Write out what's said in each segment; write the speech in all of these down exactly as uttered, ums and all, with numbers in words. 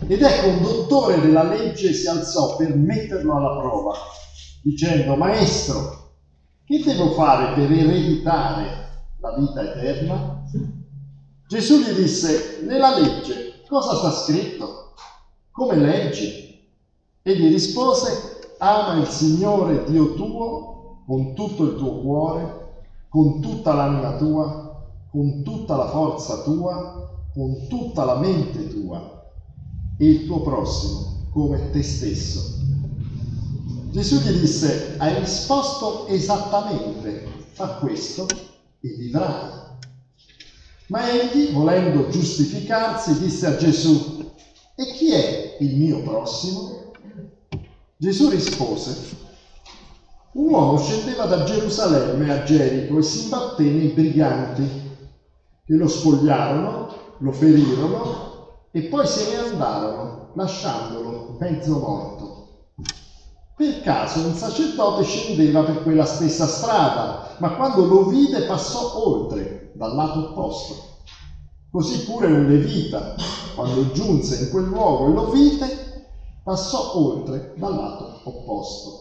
Ed ecco, un dottore della legge si alzò per metterlo alla prova, dicendo: Maestro, che devo fare per ereditare la vita eterna? Gesù gli disse: nella legge cosa sta scritto? Come leggi? E gli rispose: ama il Signore Dio tuo con tutto il tuo cuore, con tutta l'anima tua, con tutta la forza tua, con tutta la mente tua, e il tuo prossimo come te stesso. Gesù gli disse: hai risposto esattamente, fa questo e vivrai. Ma egli, volendo giustificarsi, disse a Gesù: e chi è il mio prossimo? Gesù rispose: un uomo scendeva da Gerusalemme a Gerico e si imbatté nei briganti, che lo spogliarono, lo ferirono e poi se ne andarono, lasciandolo mezzo morto. Per caso un sacerdote scendeva per quella stessa strada, ma quando lo vide passò oltre, dal lato opposto. Così pure un levita, quando giunse in quel luogo e lo vide, passò oltre, dal lato opposto.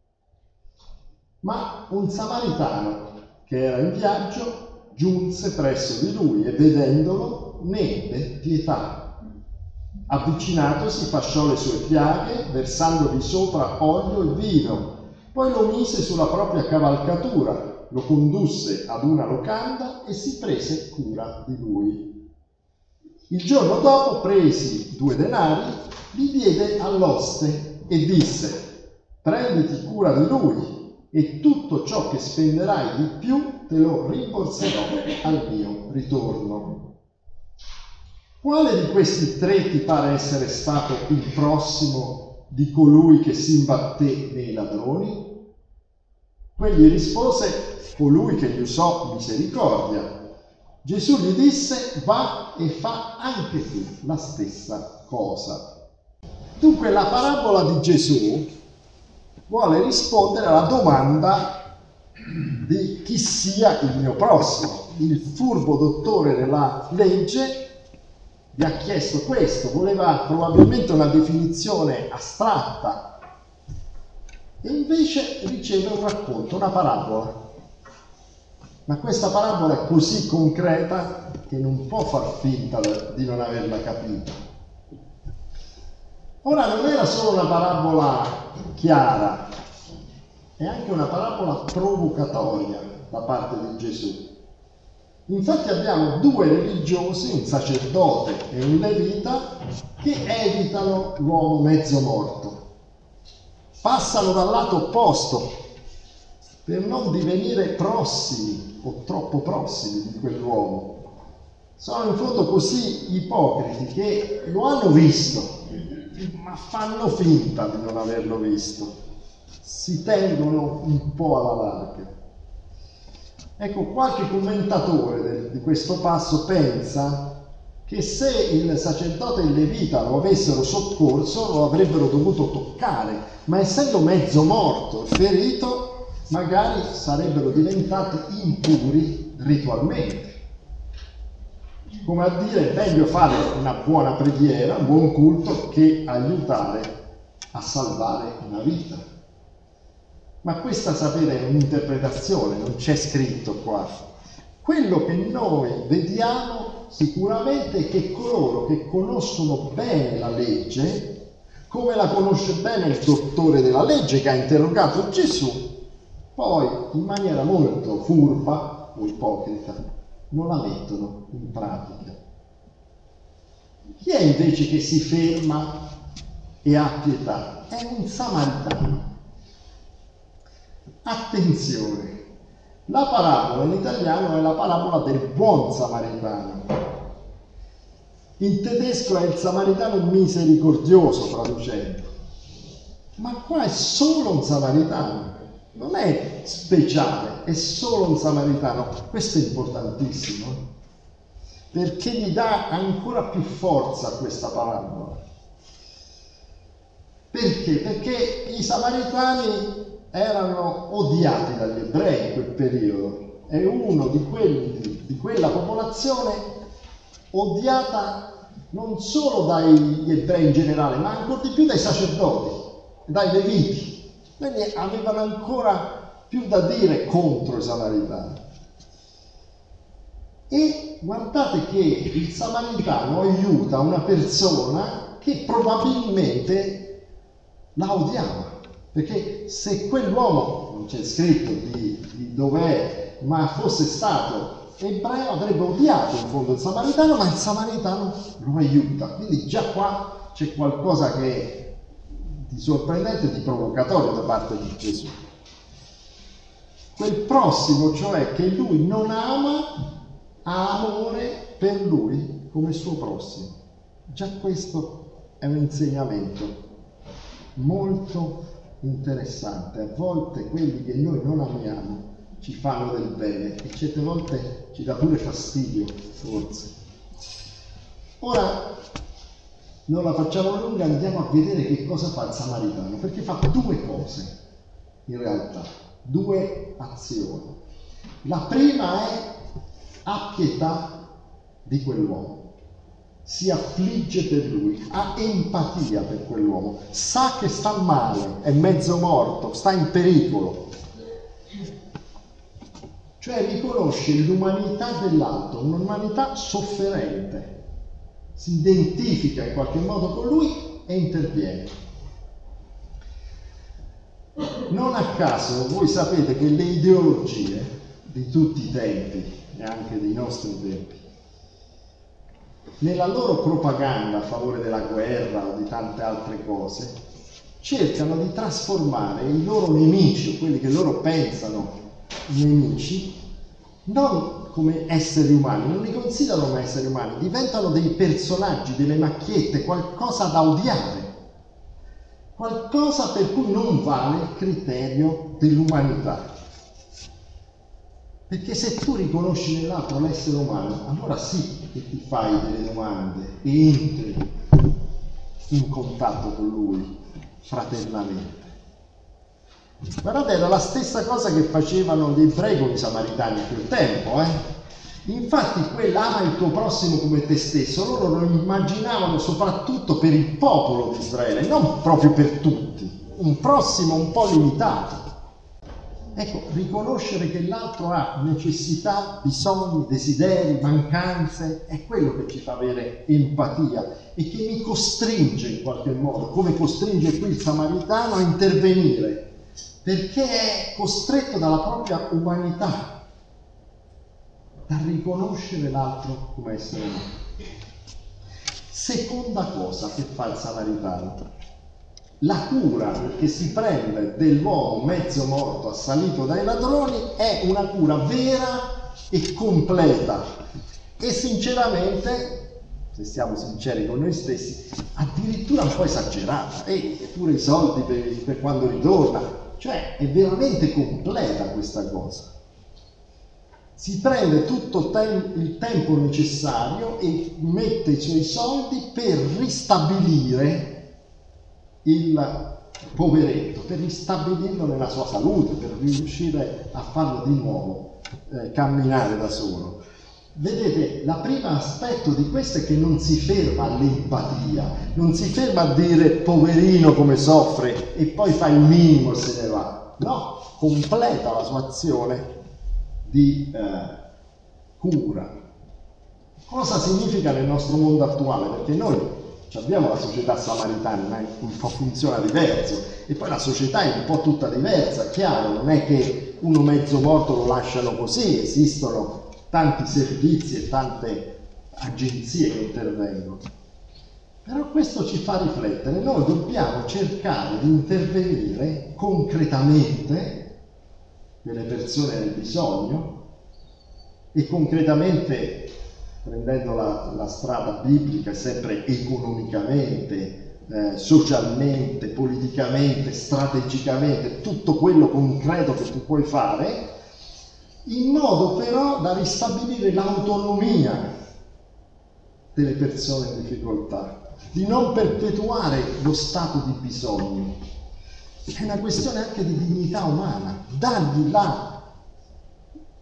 Ma un samaritano, che era in viaggio, giunse presso di lui e vedendolo ne ebbe pietà. Avvicinatosi fasciò le sue piaghe, versandovi sopra olio e vino, poi lo mise sulla propria cavalcatura, lo condusse ad una locanda e si prese cura di lui. Il giorno dopo, presi due denari, li diede all'oste e disse: prenditi cura di lui e tutto ciò che spenderai di più te lo rimborserò al mio ritorno. Quale di questi tre ti pare essere stato il prossimo di colui che si imbatté nei ladroni? Quegli rispose: colui che gli usò misericordia. Gesù gli disse: va e fa anche tu la stessa cosa. Dunque la parabola di Gesù vuole rispondere alla domanda di chi sia il mio prossimo. Il furbo dottore della legge gli ha chiesto questo, voleva probabilmente una definizione astratta e invece riceve un racconto, una parabola. Ma questa parabola è così concreta che non può far finta di non averla capita. Ora non era solo una parabola chiara, è anche una parabola provocatoria da parte di Gesù. Infatti abbiamo due religiosi, un sacerdote e un levita, che evitano l'uomo mezzo morto. Passano dal lato opposto per non divenire prossimi o troppo prossimi di quell'uomo. Sono in fondo così ipocriti che lo hanno visto, ma fanno finta di non averlo visto. Si tengono un po' alla larga. Ecco, qualche commentatore del, di questo passo pensa che se il sacerdote e il levita lo avessero soccorso lo avrebbero dovuto toccare, ma essendo mezzo morto e ferito, magari sarebbero diventati impuri ritualmente. Come a dire, è meglio fare una buona preghiera, un buon culto, che aiutare a salvare una vita. Ma questa, sapete, è un'interpretazione, non c'è scritto qua. Quello che noi vediamo sicuramente è che coloro che conoscono bene la legge, come la conosce bene il dottore della legge che ha interrogato Gesù, poi in maniera molto furba o ipocrita non la mettono in pratica. Chi è invece che si ferma e ha pietà? È un samaritano. Attenzione, la parabola in italiano è la parabola del buon samaritano. In tedesco è il samaritano misericordioso, traducendo. Ma qua è solo un samaritano, non è speciale, è solo un samaritano. Questo è importantissimo, perché gli dà ancora più forza a questa parabola. Perché? Perché i samaritani erano odiati dagli ebrei in quel periodo. È uno di quelli di quella popolazione odiata non solo dagli ebrei in generale, ma ancora di più dai sacerdoti, dai leviti. Quindi avevano ancora più da dire contro i samaritani. E guardate che il samaritano aiuta una persona che probabilmente la odiava, perché se quell'uomo, non c'è scritto di, di dov'è, ma fosse stato ebreo, avrebbe odiato in fondo il samaritano, ma il samaritano lo aiuta. Quindi già qua c'è qualcosa che è di sorprendente e di provocatorio da parte di Gesù. Quel prossimo, cioè che lui non ama, ha amore per lui come suo prossimo. Già questo è un insegnamento molto interessante. A volte quelli che noi non amiamo ci fanno del bene e certe volte ci dà pure fastidio, forse. Ora, non la facciamo lunga, andiamo a vedere che cosa fa il samaritano, perché fa due cose, in realtà, due azioni. La prima è ha pietà di quell'uomo, si affligge per lui, ha empatia per quell'uomo, sa che sta male, è mezzo morto, sta in pericolo. Cioè riconosce l'umanità dell'altro, un'umanità sofferente, si identifica in qualche modo con lui e interviene. Non a caso voi sapete che le ideologie di tutti i tempi e anche dei nostri tempi, nella loro propaganda a favore della guerra o di tante altre cose, cercano di trasformare i loro nemici, o quelli che loro pensano nemici, non come esseri umani, non li considerano come esseri umani, diventano dei personaggi, delle macchiette, qualcosa da odiare, qualcosa per cui non vale il criterio dell'umanità. Perché se tu riconosci nell'altro l'essere umano, allora sì che ti fai delle domande e entri in contatto con lui fraternamente. Guardate, era la stessa cosa che facevano gli ebrei con i samaritani a quel tempo, eh? Infatti quell'ama il tuo prossimo come te stesso, loro lo immaginavano soprattutto per il popolo di Israele, non proprio per tutti, un prossimo un po' limitato. Ecco, riconoscere che l'altro ha necessità, bisogni, desideri, mancanze, è quello che ci fa avere empatia e che mi costringe in qualche modo, come costringe qui il samaritano, a intervenire, perché è costretto dalla propria umanità a riconoscere l'altro come essere umano. Seconda cosa che fa il samaritano: la cura che si prende dell'uomo mezzo morto assalito dai ladroni è una cura vera e completa e sinceramente, se siamo sinceri con noi stessi, addirittura un po' esagerata, e pure i soldi per, per quando ritorna, cioè è veramente completa questa cosa. Si prende tutto tem- il tempo necessario e mette i suoi soldi per ristabilire il poveretto, per ristabilirlo nella sua salute, per riuscire a farlo di nuovo eh, camminare da solo. Vedete, il primo aspetto di questo è che non si ferma all'empatia, non si ferma a dire poverino come soffre e poi fa il minimo e se ne va. No, completa la sua azione di eh, cura. Cosa significa nel nostro mondo attuale? Perché noi abbiamo la società samaritana, ma un po' funziona diverso, e poi la società è un po' tutta diversa, chiaro, non è che uno mezzo morto lo lasciano così, esistono tanti servizi e tante agenzie che intervengono. Però questo ci fa riflettere, noi dobbiamo cercare di intervenire concretamente nelle persone nel bisogno e concretamente, prendendo la, la strada biblica, sempre economicamente, eh, socialmente, politicamente, strategicamente, tutto quello concreto che tu puoi fare, in modo però da ristabilire l'autonomia delle persone in difficoltà, di non perpetuare lo stato di bisogno. È una questione anche di dignità umana, dargli là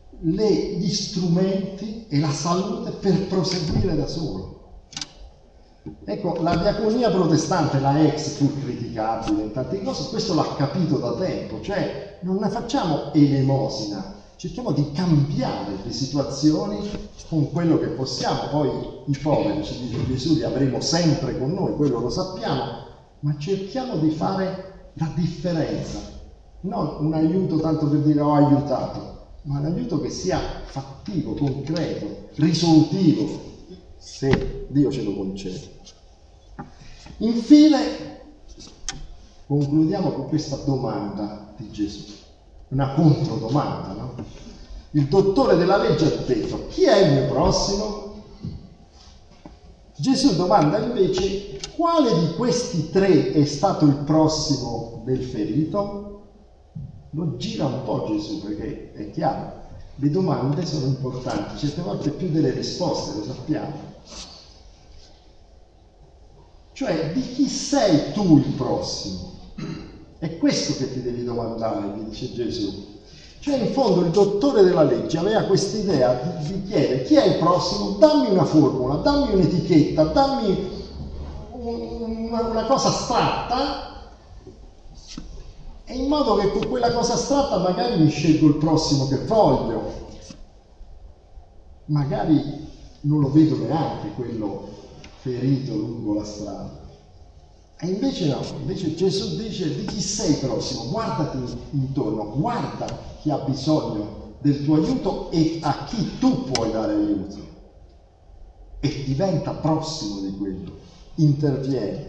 le, gli strumenti e la salute per proseguire da solo. Ecco, la diaconia protestante, la ex, pur criticabile in tante cose, questo l'ha capito da tempo, cioè non ne facciamo elemosina, cerchiamo di cambiare le situazioni con quello che possiamo. Poi i poveri, ci dice Gesù, li avremo sempre con noi, quello lo sappiamo, ma cerchiamo di fare la differenza, non un aiuto tanto per dire ho aiutato, ma un aiuto che sia fattivo, concreto, risolutivo, se Dio ce lo concede. Infine, concludiamo con questa domanda di Gesù, una controdomanda, no? Il dottore della legge ha detto: chi è il mio prossimo? Gesù domanda invece: quale di questi tre è stato il prossimo del ferito? Lo gira un po' Gesù, perché è chiaro, le domande sono importanti, certe volte più delle risposte, lo sappiamo. Cioè, di chi sei tu il prossimo? È questo che ti devi domandare, gli dice Gesù. Cioè, in fondo, il dottore della legge aveva questa idea di, di chiedere: chi è il prossimo? Dammi una formula, dammi un'etichetta, dammi un, una, una cosa astratta, e in modo che con quella cosa astratta magari mi scelgo il prossimo che voglio. Magari non lo vedo neanche quello ferito lungo la strada. E invece no, invece Gesù dice: di chi sei prossimo? Guardati intorno, guarda chi ha bisogno del tuo aiuto e a chi tu puoi dare aiuto. E diventa prossimo di quello, interviene.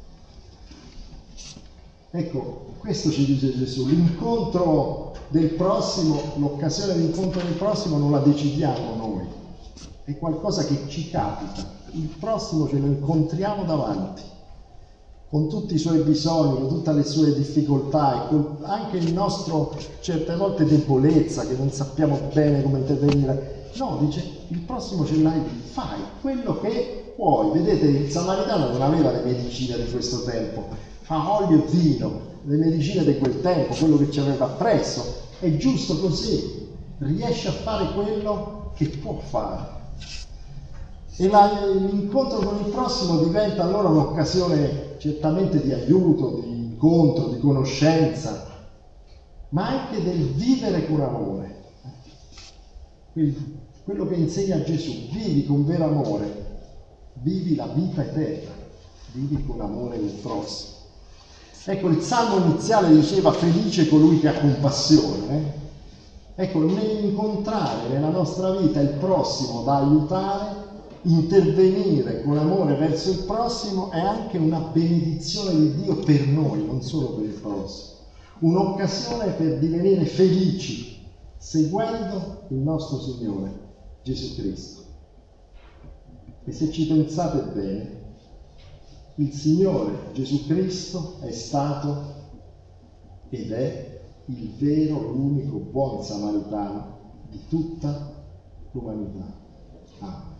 Ecco, questo ci dice Gesù: l'incontro del prossimo, l'occasione di incontro del prossimo non la decidiamo noi, è qualcosa che ci capita. Il prossimo ce lo incontriamo davanti, con tutti i suoi bisogni, con tutte le sue difficoltà e con anche il nostro, certe volte, debolezza, che non sappiamo bene come intervenire. No, dice, il prossimo ce l'hai, fai quello che puoi. Vedete, il samaritano non aveva le medicine di questo tempo, fa olio e vino, le medicine di quel tempo, quello che ci aveva appresso. È giusto così, riesce a fare quello che può fare. E la, l'incontro con il prossimo diventa allora un'occasione certamente di aiuto, di incontro, di conoscenza, ma anche del vivere con amore. Quindi, quello che insegna Gesù: vivi con vero amore, vivi la vita eterna, vivi con amore del prossimo. Ecco, il salmo iniziale diceva: felice colui che ha compassione. Eh? Ecco, nell'incontrare nella nostra vita il prossimo da aiutare, intervenire con amore verso il prossimo è anche una benedizione di Dio per noi, non solo per il prossimo. Un'occasione per divenire felici seguendo il nostro Signore Gesù Cristo. E se ci pensate bene, il Signore Gesù Cristo è stato ed è il vero, l'unico buon samaritano di tutta l'umanità. Amen.